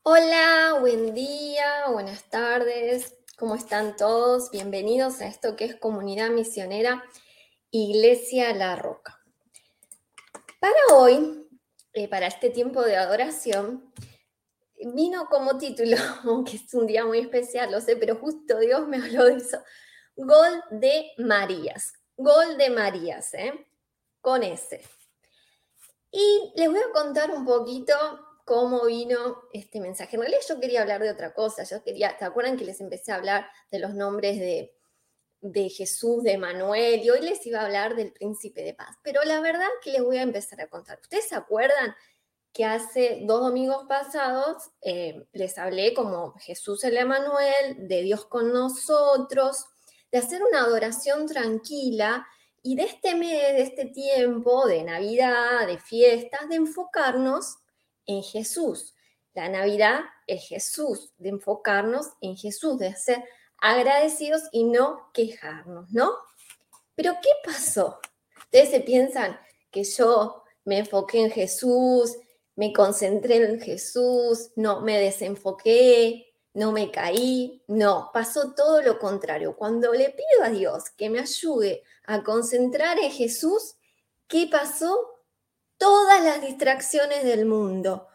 Hola, buen día, buenas tardes, ¿cómo están todos? Bienvenidos a esto que es Comunidad Misionera Iglesia La Roca. Para hoy, para este tiempo de adoración, vino como título, aunque es un día muy especial, lo sé, pero justo Dios me habló de eso, Gol de Marías, Gol de Marías, con S. Y les voy a contar un poquito cómo vino este mensaje. En realidad yo quería hablar de otra cosa. ¿Se acuerdan que les empecé a hablar de los nombres de Jesús, de Manuel? Y hoy les iba a hablar del príncipe de paz. Pero la verdad que les voy a empezar a contar. ¿Ustedes se acuerdan que hace 2 domingos pasados les hablé como Jesús el Emanuel, de Dios con nosotros, de hacer una adoración tranquila y de este mes, de este tiempo de Navidad, de fiestas, de enfocarnos en Jesús? La Navidad es Jesús, de enfocarnos en Jesús, de ser agradecidos y no quejarnos, ¿no? Pero ¿qué pasó? Ustedes se piensan que yo me enfoqué en Jesús, me concentré en Jesús, no, me desenfoqué, no me caí, no, pasó todo lo contrario. Cuando le pido a Dios que me ayude a concentrar en Jesús, ¿qué pasó? Todas las distracciones del mundo,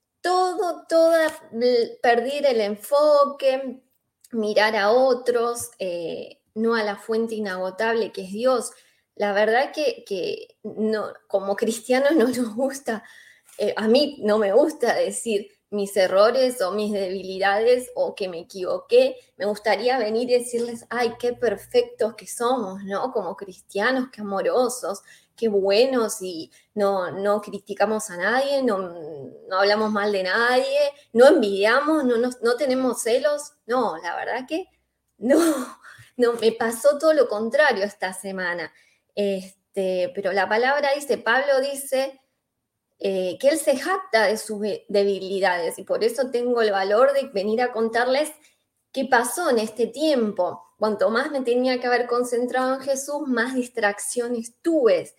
perder el enfoque, mirar a otros, no a la fuente inagotable que es Dios. La verdad que no, como cristianos no nos gusta, a mí no me gusta decir mis errores o mis debilidades o que me equivoqué. Me gustaría venir y decirles, ay, qué perfectos que somos, ¿no? Como cristianos, qué amorosos, qué buenos y no criticamos a nadie, no hablamos mal de nadie, no envidiamos, no tenemos celos. No, la verdad que no, no, me pasó todo lo contrario esta semana. Pero la palabra dice, Pablo dice que él se jacta de sus debilidades y por eso tengo el valor de venir a contarles qué pasó en este tiempo. Cuanto más me tenía que haber concentrado en Jesús, más distracciones tuve.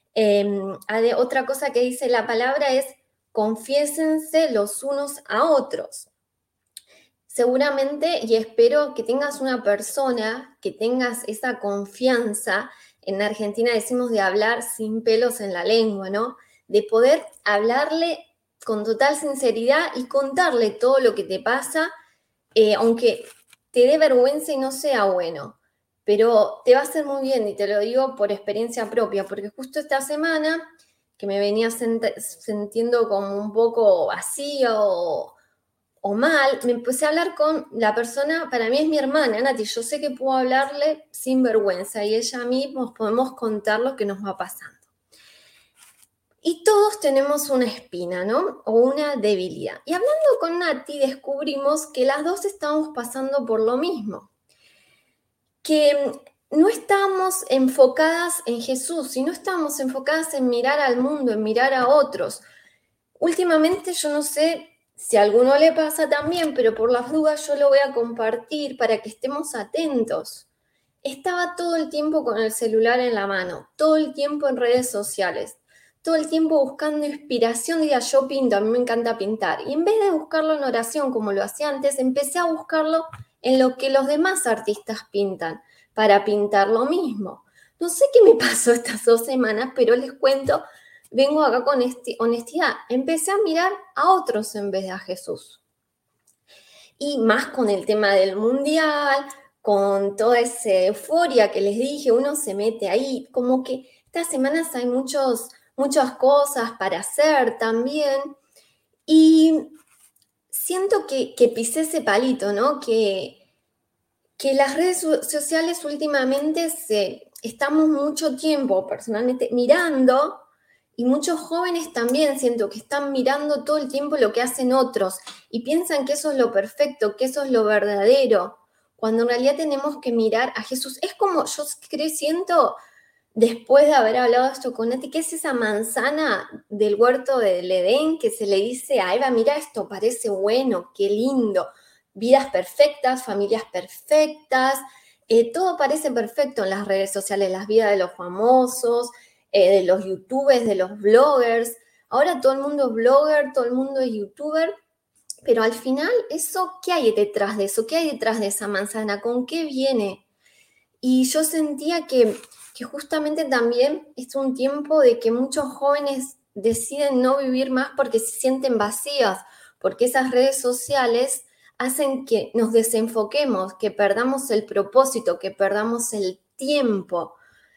Otra cosa que dice la palabra es, confiésense los unos a otros. Seguramente, y espero que tengas una persona, que tengas esa confianza. En Argentina decimos de hablar sin pelos en la lengua, ¿no? De poder hablarle con total sinceridad y contarle todo lo que te pasa, aunque te dé vergüenza y no sea bueno, pero te va a hacer muy bien y te lo digo por experiencia propia, porque justo esta semana que me venía sintiendo como un poco vacío o mal, me empecé a hablar con la persona, para mí es mi hermana, Nati, yo sé que puedo hablarle sin vergüenza y ella a mí nos podemos contar lo que nos va pasando. Y todos tenemos una espina, ¿no? O una debilidad. Y hablando con Nati descubrimos que las dos estamos pasando por lo mismo, que no estamos enfocadas en Jesús, sino estamos enfocadas en mirar al mundo, en mirar a otros. Últimamente yo no sé si a alguno le pasa también, pero por las dudas yo lo voy a compartir para que estemos atentos. Estaba todo el tiempo con el celular en la mano, todo el tiempo en redes sociales, todo el tiempo buscando inspiración. Diga, yo pinto, a mí me encanta pintar. Y en vez de buscarlo en oración como lo hacía antes, empecé a buscarlo en lo que los demás artistas pintan, para pintar lo mismo. No sé qué me pasó estas 2 semanas, pero les cuento, vengo acá con honestidad. Empecé a mirar a otros en vez de a Jesús. Y más con el tema del mundial, con toda esa euforia que les dije, uno se mete ahí, como que estas semanas hay muchas cosas para hacer también, y siento que pisé ese palito, ¿no? Que las redes sociales últimamente estamos mucho tiempo personalmente mirando, y muchos jóvenes también siento que están mirando todo el tiempo lo que hacen otros y piensan que eso es lo perfecto, que eso es lo verdadero, cuando en realidad tenemos que mirar a Jesús. Es como yo siento, después de haber hablado esto con Nati, que es esa manzana del huerto del Edén que se le dice a Eva, mira esto, parece bueno, qué lindo, vidas perfectas, familias perfectas, todo parece perfecto en las redes sociales, las vidas de los famosos, de los youtubers, de los bloggers. Ahora todo el mundo es blogger, todo el mundo es youtuber, Pero al final, eso, ¿qué hay detrás de eso? ¿Qué hay detrás de esa manzana? ¿Con qué viene? Y yo sentía que justamente también es un tiempo de que muchos jóvenes deciden no vivir más porque se sienten vacíos, porque esas redes sociales hacen que nos desenfoquemos, que perdamos el propósito, que perdamos el tiempo.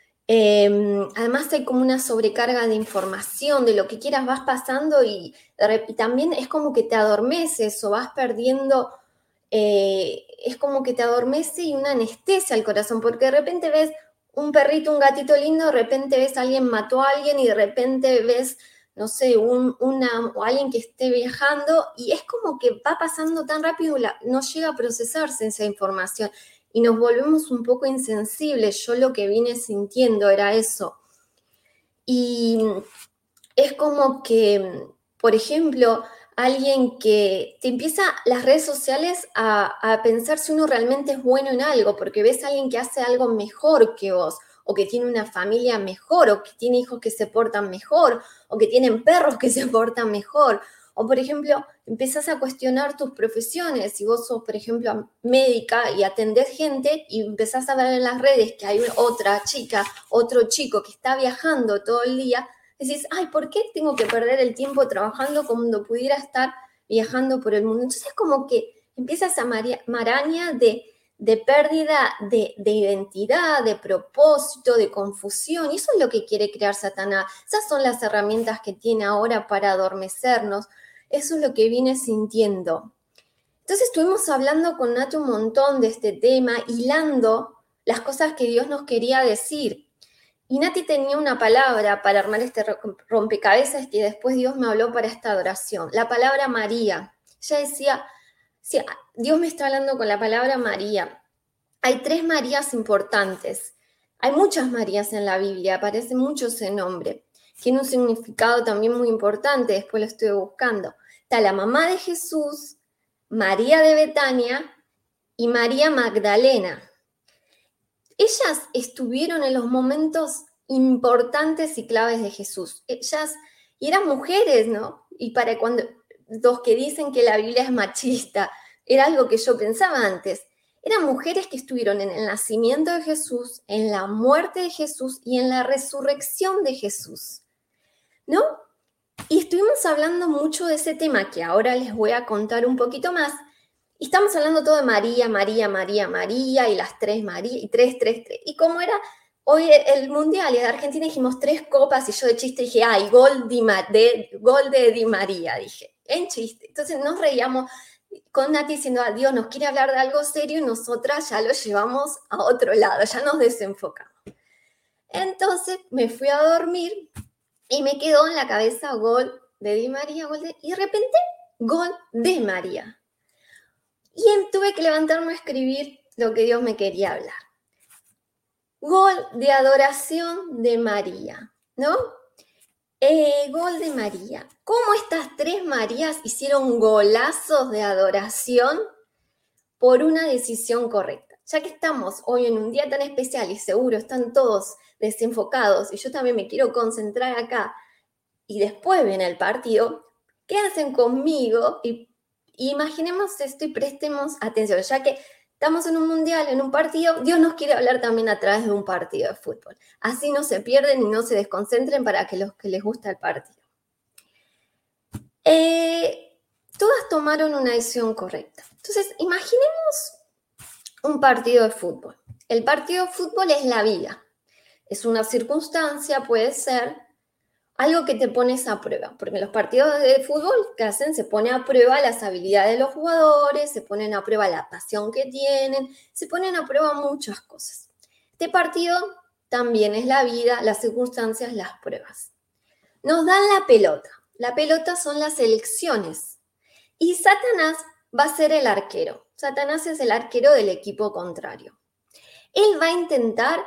Además hay como una sobrecarga de información, de lo que quieras vas pasando y también es como que te adormeces o vas perdiendo, es como que te adormece y una anestesia al corazón, porque de repente ves un perrito, un gatito lindo, de repente ves a alguien mató a alguien y de repente ves, no sé, o alguien que esté viajando y es como que va pasando tan rápido, no llega a procesarse esa información y nos volvemos un poco insensibles. Yo lo que vine sintiendo era eso. Y es como que, por ejemplo, alguien que te empieza las redes sociales a pensar si uno realmente es bueno en algo, porque ves a alguien que hace algo mejor que vos, o que tiene una familia mejor, o que tiene hijos que se portan mejor, o que tienen perros que se portan mejor. O, por ejemplo, empezás a cuestionar tus profesiones. Si vos sos, por ejemplo, médica y atendés gente y empezás a ver en las redes que hay otra chica, otro chico que está viajando todo el día, decís, ay, ¿por qué tengo que perder el tiempo trabajando cuando pudiera estar viajando por el mundo? Entonces, como que empieza esa maraña de pérdida de identidad, de propósito, de confusión. Y eso es lo que quiere crear Satanás. Esas son las herramientas que tiene ahora para adormecernos. Eso es lo que vine sintiendo. Entonces estuvimos hablando con Nati un montón de este tema, hilando las cosas que Dios nos quería decir. Y Nati tenía una palabra para armar este rompecabezas que después Dios me habló para esta adoración. La palabra María. Ella decía, sí, Dios me está hablando con la palabra María. Hay 3 Marías importantes. Hay muchas Marías en la Biblia, aparecen muchos ese nombre. Tiene un significado también muy importante, después lo estoy buscando. Está la mamá de Jesús, María de Betania y María Magdalena. Ellas estuvieron en los momentos importantes y claves de Jesús. Ellas, y eran mujeres, ¿no? Y para cuando los que dicen que la Biblia es machista, era algo que yo pensaba antes. Eran mujeres que estuvieron en el nacimiento de Jesús, en la muerte de Jesús y en la resurrección de Jesús, ¿no? Y estuvimos hablando mucho de ese tema que ahora les voy a contar un poquito más. Y estamos hablando todo de María, María, María, María, y las 3 María, y 3, 3, 3. Y como era hoy el Mundial, y de Argentina dijimos 3 copas, y yo de chiste dije, ay, gol de Di María, dije, en chiste. Entonces nos reíamos con Nati diciendo, Dios nos quiere hablar de algo serio, y nosotras ya lo llevamos a otro lado, ya nos desenfocamos. Entonces me fui a dormir, y me quedó en la cabeza gol de Di María, y de repente gol de María. Y tuve que levantarme a escribir lo que Dios me quería hablar. Gol de adoración de María, ¿no? Gol de María. ¿Cómo estas 3 Marías hicieron golazos de adoración por una decisión correcta? Ya que estamos hoy en un día tan especial y seguro están todos desenfocados y yo también me quiero concentrar acá y después viene el partido, ¿qué hacen conmigo? Y imaginemos esto y prestemos atención, ya que estamos en un mundial, en un partido, Dios nos quiere hablar también a través de un partido de fútbol. Así no se pierden y no se desconcentren para que los que les gusta el partido. Todas tomaron una decisión correcta. Entonces, imaginemos un partido de fútbol. El partido de fútbol es la vida. Es una circunstancia, puede ser, algo que te pones a prueba, porque en los partidos de fútbol que hacen se pone a prueba las habilidades de los jugadores, se ponen a prueba la pasión que tienen, se ponen a prueba muchas cosas. Este partido también es la vida, las circunstancias, las pruebas. Nos dan la pelota son las elecciones y Satanás va a ser el arquero. Satanás es el arquero del equipo contrario. Él va a intentar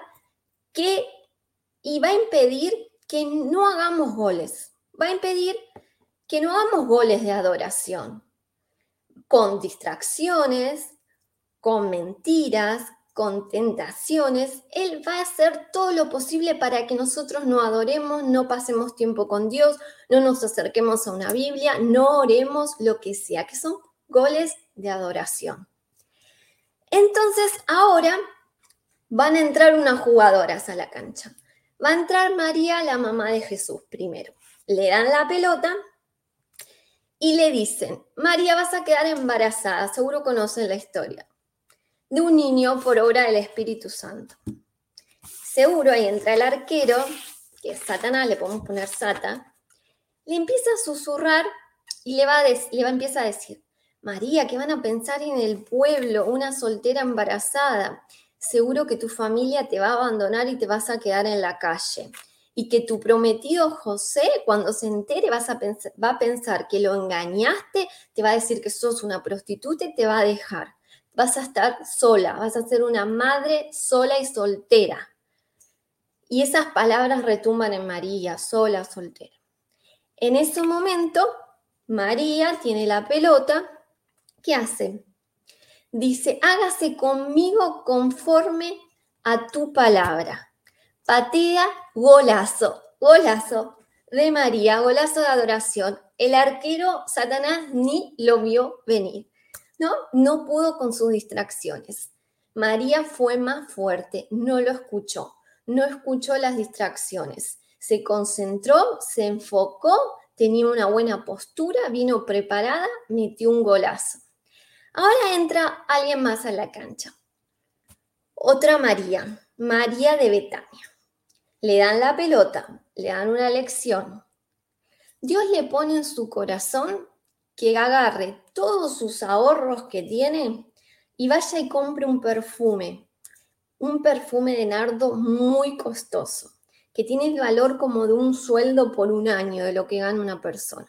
y va a impedir que no hagamos goles. Va a impedir que no hagamos goles de adoración. Con distracciones, con mentiras, con tentaciones, Él va a hacer todo lo posible para que nosotros no adoremos, no pasemos tiempo con Dios, no nos acerquemos a una Biblia, no oremos, lo que sea, que son goles de adoración. Entonces, ahora van a entrar unas jugadoras a la cancha. Va a entrar María, la mamá de Jesús, primero. Le dan la pelota y le dicen, María, vas a quedar embarazada, seguro conocen la historia, de un niño por obra del Espíritu Santo. Seguro ahí entra el arquero, que es Satanás, le podemos poner Sata, le empieza a susurrar y le va a empezar a decir, María, ¿qué van a pensar en el pueblo? Una soltera embarazada. Seguro que tu familia te va a abandonar y te vas a quedar en la calle. Y que tu prometido José, cuando se entere, va a pensar que lo engañaste, te va a decir que sos una prostituta y te va a dejar. Vas a estar sola, vas a ser una madre sola y soltera. Y esas palabras retumban en María, sola, soltera. En ese momento, María tiene la pelota. ¿Qué hace? Dice, hágase conmigo conforme a tu palabra. Patea, golazo, golazo de María, golazo de adoración. El arquero Satanás ni lo vio venir, ¿no? No pudo con sus distracciones. María fue más fuerte, no lo escuchó, no escuchó las distracciones. Se concentró, se enfocó, tenía una buena postura, vino preparada, metió un golazo. Ahora entra alguien más a la cancha. Otra María, María de Betania. Le dan la pelota, le dan una lección. Dios le pone en su corazón que agarre todos sus ahorros que tiene y vaya y compre un perfume de nardo muy costoso, que tiene el valor como de un sueldo por un año de lo que gana una persona.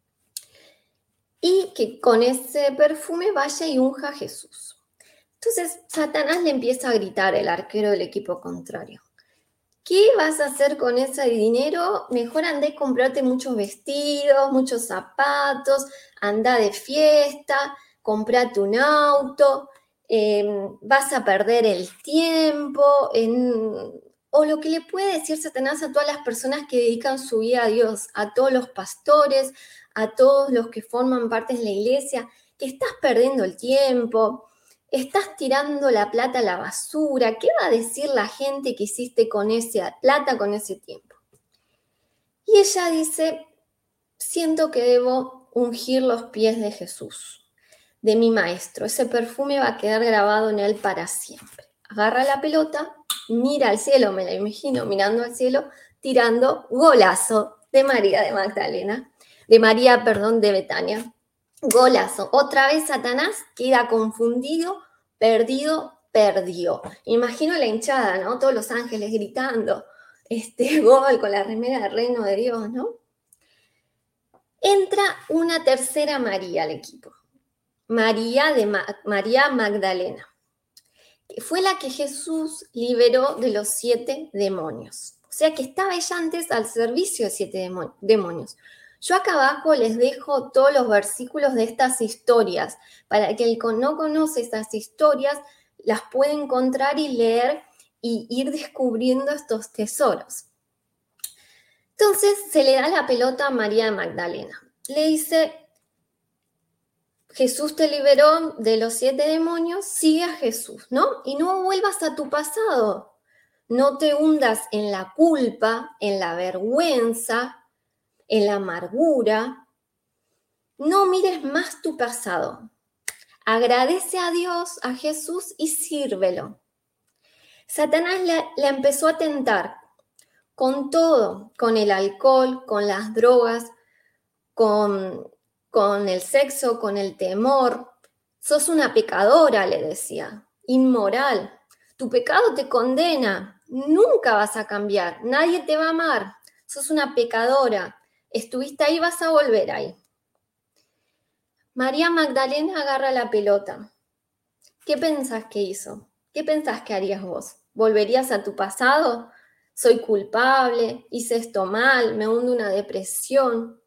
Y que con ese perfume vaya y unja a Jesús. Entonces Satanás le empieza a gritar, el arquero del equipo contrario. ¿Qué vas a hacer con ese dinero? Mejor andá y comprarte muchos vestidos, muchos zapatos, anda de fiesta, comprate un auto, vas a perder el tiempo, o lo que le puede decir Satanás a todas las personas que dedican su vida a Dios, a todos los pastores, a todos los que forman parte de la iglesia, que estás perdiendo el tiempo, estás tirando la plata a la basura. ¿Qué va a decir la gente que hiciste con esa plata, con ese tiempo? Y ella dice, siento que debo ungir los pies de Jesús, de mi maestro. Ese perfume va a quedar grabado en él para siempre. Agarra la pelota, mira al cielo, me la imagino mirando al cielo, tirando golazo de María de Magdalena, de María, perdón, de Betania. Golazo. Otra vez Satanás queda confundido, perdió. Imagino la hinchada, ¿no? Todos los ángeles gritando, gol con la remera del reino de Dios, ¿no? Entra una tercera María al equipo, María Magdalena, que fue la que Jesús liberó de los 7 demonios. O sea que estaba ella antes al servicio de 7 demonios. Yo acá abajo les dejo todos los versículos de estas historias, para que el que no conoce estas historias las pueda encontrar y leer y ir descubriendo estos tesoros. Entonces se le da la pelota a María de Magdalena. Le dice, Jesús te liberó de los 7 demonios, sigue a Jesús, ¿no? Y no vuelvas a tu pasado. No te hundas en la culpa, en la vergüenza, en la amargura. No mires más tu pasado. Agradece a Dios, a Jesús y sírvelo. Satanás la empezó a tentar con todo, con el alcohol, con las drogas, con el sexo, con el temor. Sos una pecadora, le decía, inmoral. Tu pecado te condena, nunca vas a cambiar, nadie te va a amar. Sos una pecadora, estuviste ahí, vas a volver ahí. María Magdalena agarra la pelota. ¿Qué pensás que hizo? ¿Qué pensás que harías vos? ¿Volverías a tu pasado? Soy culpable, hice esto mal, me hundo una depresión.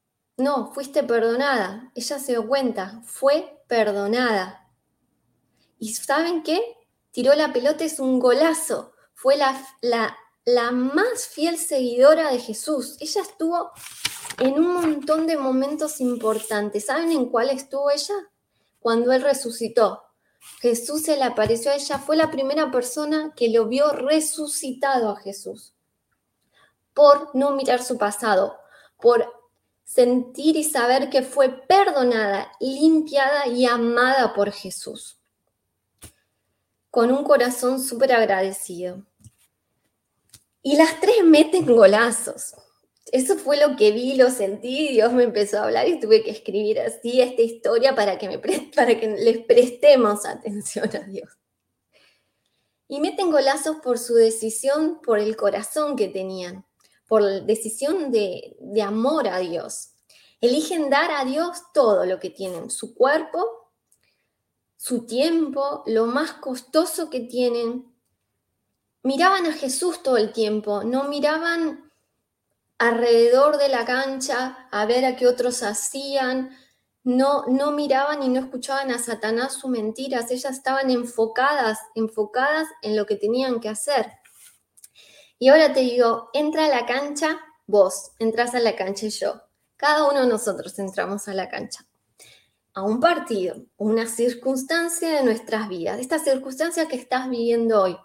No, fuiste perdonada. Ella se dio cuenta, fue perdonada. ¿Y saben qué? Tiró la pelota, es un golazo. Fue la más fiel seguidora de Jesús. Ella estuvo en un montón de momentos importantes. ¿Saben en cuál estuvo ella? Cuando Él resucitó. Jesús se le apareció a ella, fue la primera persona que lo vio resucitado a Jesús. Por no mirar su pasado, por sentir y saber que fue perdonada, limpiada y amada por Jesús. Con un corazón súper agradecido. Y las tres meten golazos. Eso fue lo que vi, lo sentí, Dios me empezó a hablar y tuve que escribir así esta historia para que les prestemos atención a Dios. Y meten golazos por su decisión, por el corazón que tenían, por la decisión de amor a Dios. Eligen dar a Dios todo lo que tienen, su cuerpo, su tiempo, lo más costoso que tienen. Miraban a Jesús todo el tiempo, no miraban alrededor de la cancha a ver a qué otros hacían, no miraban y no escuchaban a Satanás sus mentiras, ellas estaban enfocadas en lo que tenían que hacer. Y ahora te digo, entra a la cancha vos, entras a la cancha y yo. Cada uno de nosotros entramos a la cancha, a un partido, una circunstancia de nuestras vidas, esta circunstancia que estás viviendo hoy.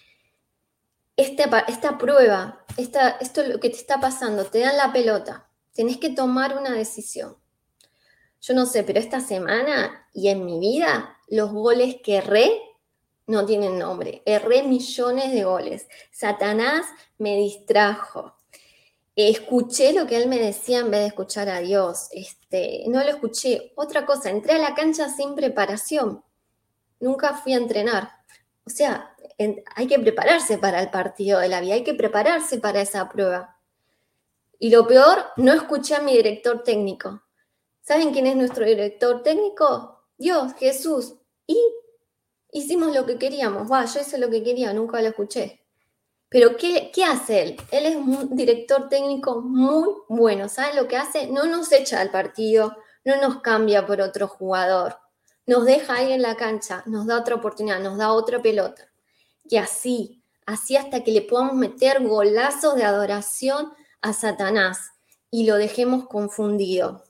Esta prueba, esto es lo que te está pasando, te dan la pelota, tenés que tomar una decisión. Yo no sé, pero esta semana y en mi vida, los goles que erré no tienen nombre. Erré millones de goles. Satanás me distrajo. Escuché lo que él me decía en vez de escuchar a Dios. No lo escuché. Otra cosa, entré a la cancha sin preparación. Nunca fui a entrenar. O sea, hay que prepararse para el partido de la vida, hay que prepararse para esa prueba. Y lo peor, no escuché a mi director técnico. ¿Saben quién es nuestro director técnico? Dios, Jesús. Y hicimos lo que queríamos. Yo hice lo que quería, nunca lo escuché. Pero ¿qué hace él? Él es un director técnico muy bueno. ¿Saben lo que hace? No nos echa al partido, no nos cambia por otro jugador. Nos deja ahí en la cancha, nos da otra oportunidad, nos da otra pelota. Y así hasta que le podamos meter golazos de adoración a Satanás y lo dejemos confundido.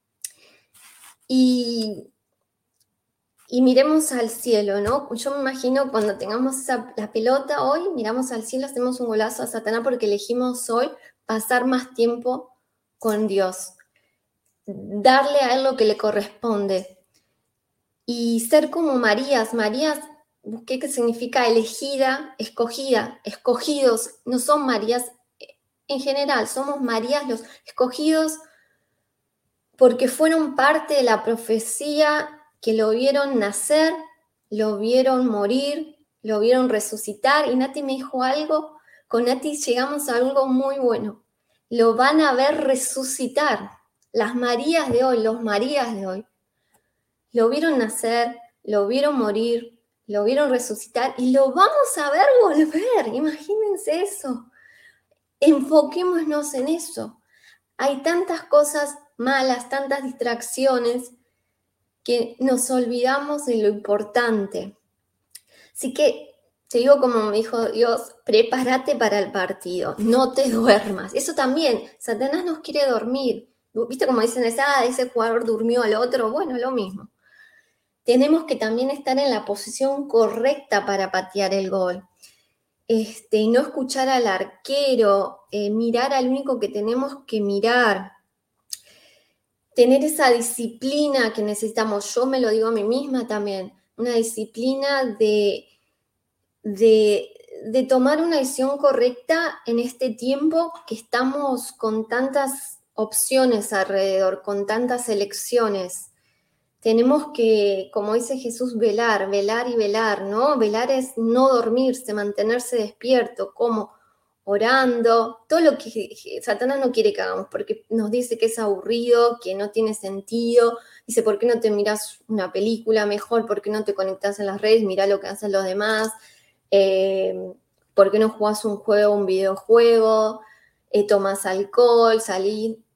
Y miremos al cielo, ¿no? Yo me imagino cuando tengamos la pelota hoy, miramos al cielo, hacemos un golazo a Satanás porque elegimos hoy pasar más tiempo con Dios, darle a Él lo que le corresponde y ser como Marías. Marías, busqué qué significa elegida, escogida, escogidos, no son Marías en general, somos Marías los escogidos porque fueron parte de la profecía que lo vieron nacer, lo vieron morir, lo vieron resucitar. Y Nati me dijo algo, con Nati llegamos a algo muy bueno. Lo van a ver resucitar. Las Marías de hoy, los Marías de hoy, lo vieron nacer, lo vieron morir, lo vieron resucitar y lo vamos a ver volver. Imagínense eso. Enfoquémonos en eso. Hay tantas cosas malas, tantas distracciones, que nos olvidamos de lo importante. Así que te digo como me dijo Dios, prepárate para el partido, no te duermas. Eso también, Satanás nos quiere dormir. ¿Viste como dicen, ese jugador durmió al otro? Bueno, lo mismo. Tenemos que también estar en la posición correcta para patear el gol. No escuchar al arquero, mirar al único que tenemos que mirar. Tener esa disciplina que necesitamos, yo me lo digo a mí misma también, una disciplina de tomar una decisión correcta en este tiempo que estamos con tantas opciones alrededor, con tantas elecciones. Tenemos que, como dice Jesús, velar y velar, ¿no? Velar es no dormirse, mantenerse despierto, como orando, todo lo que Satanás no quiere que hagamos, porque nos dice que es aburrido, que no tiene sentido. Dice, ¿por qué no te miras una película mejor? ¿Por qué no te conectas en las redes? Mirá lo que hacen los demás. ¿Por qué no jugás un videojuego? Tomás alcohol, salís.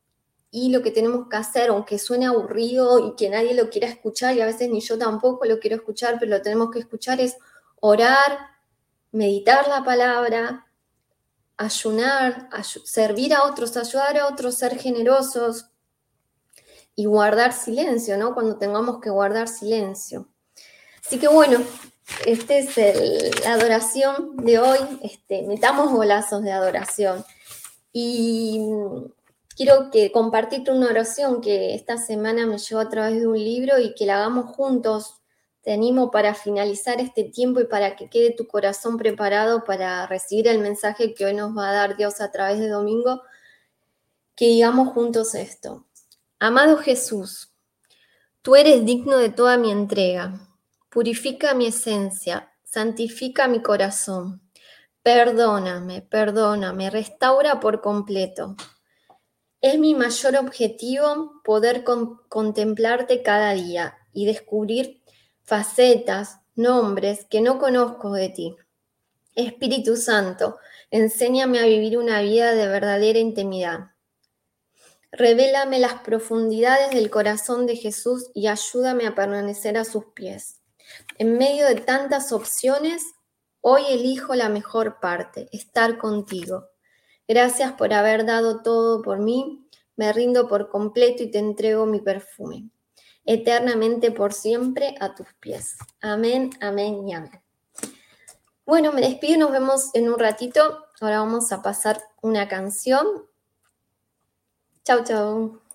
y lo que tenemos que hacer, aunque suene aburrido y que nadie lo quiera escuchar, y a veces ni yo tampoco lo quiero escuchar, pero lo tenemos que escuchar, es orar, meditar la palabra, ayunar, servir a otros, ayudar a otros, ser generosos y guardar silencio, ¿no? Cuando tengamos que guardar silencio. Así que bueno, esta es la adoración de hoy. Metamos golazos de adoración. Y quiero compartirte una oración que esta semana me llegó a través de un libro y que la hagamos juntos. Te animo para finalizar este tiempo y para que quede tu corazón preparado para recibir el mensaje que hoy nos va a dar Dios a través de Domingo. Que digamos juntos esto. Amado Jesús, tú eres digno de toda mi entrega. Purifica mi esencia, santifica mi corazón. Perdóname, restaura por completo. Es mi mayor objetivo poder contemplarte cada día y descubrir facetas, nombres que no conozco de ti. Espíritu Santo, enséñame a vivir una vida de verdadera intimidad. Revélame las profundidades del corazón de Jesús y ayúdame a permanecer a sus pies. En medio de tantas opciones, hoy elijo la mejor parte, estar contigo. Gracias por haber dado todo por mí. Me rindo por completo y te entrego mi perfume. Eternamente por siempre a tus pies. Amén, amén y amén. Bueno, me despido y nos vemos en un ratito. Ahora vamos a pasar una canción. Chau, chau.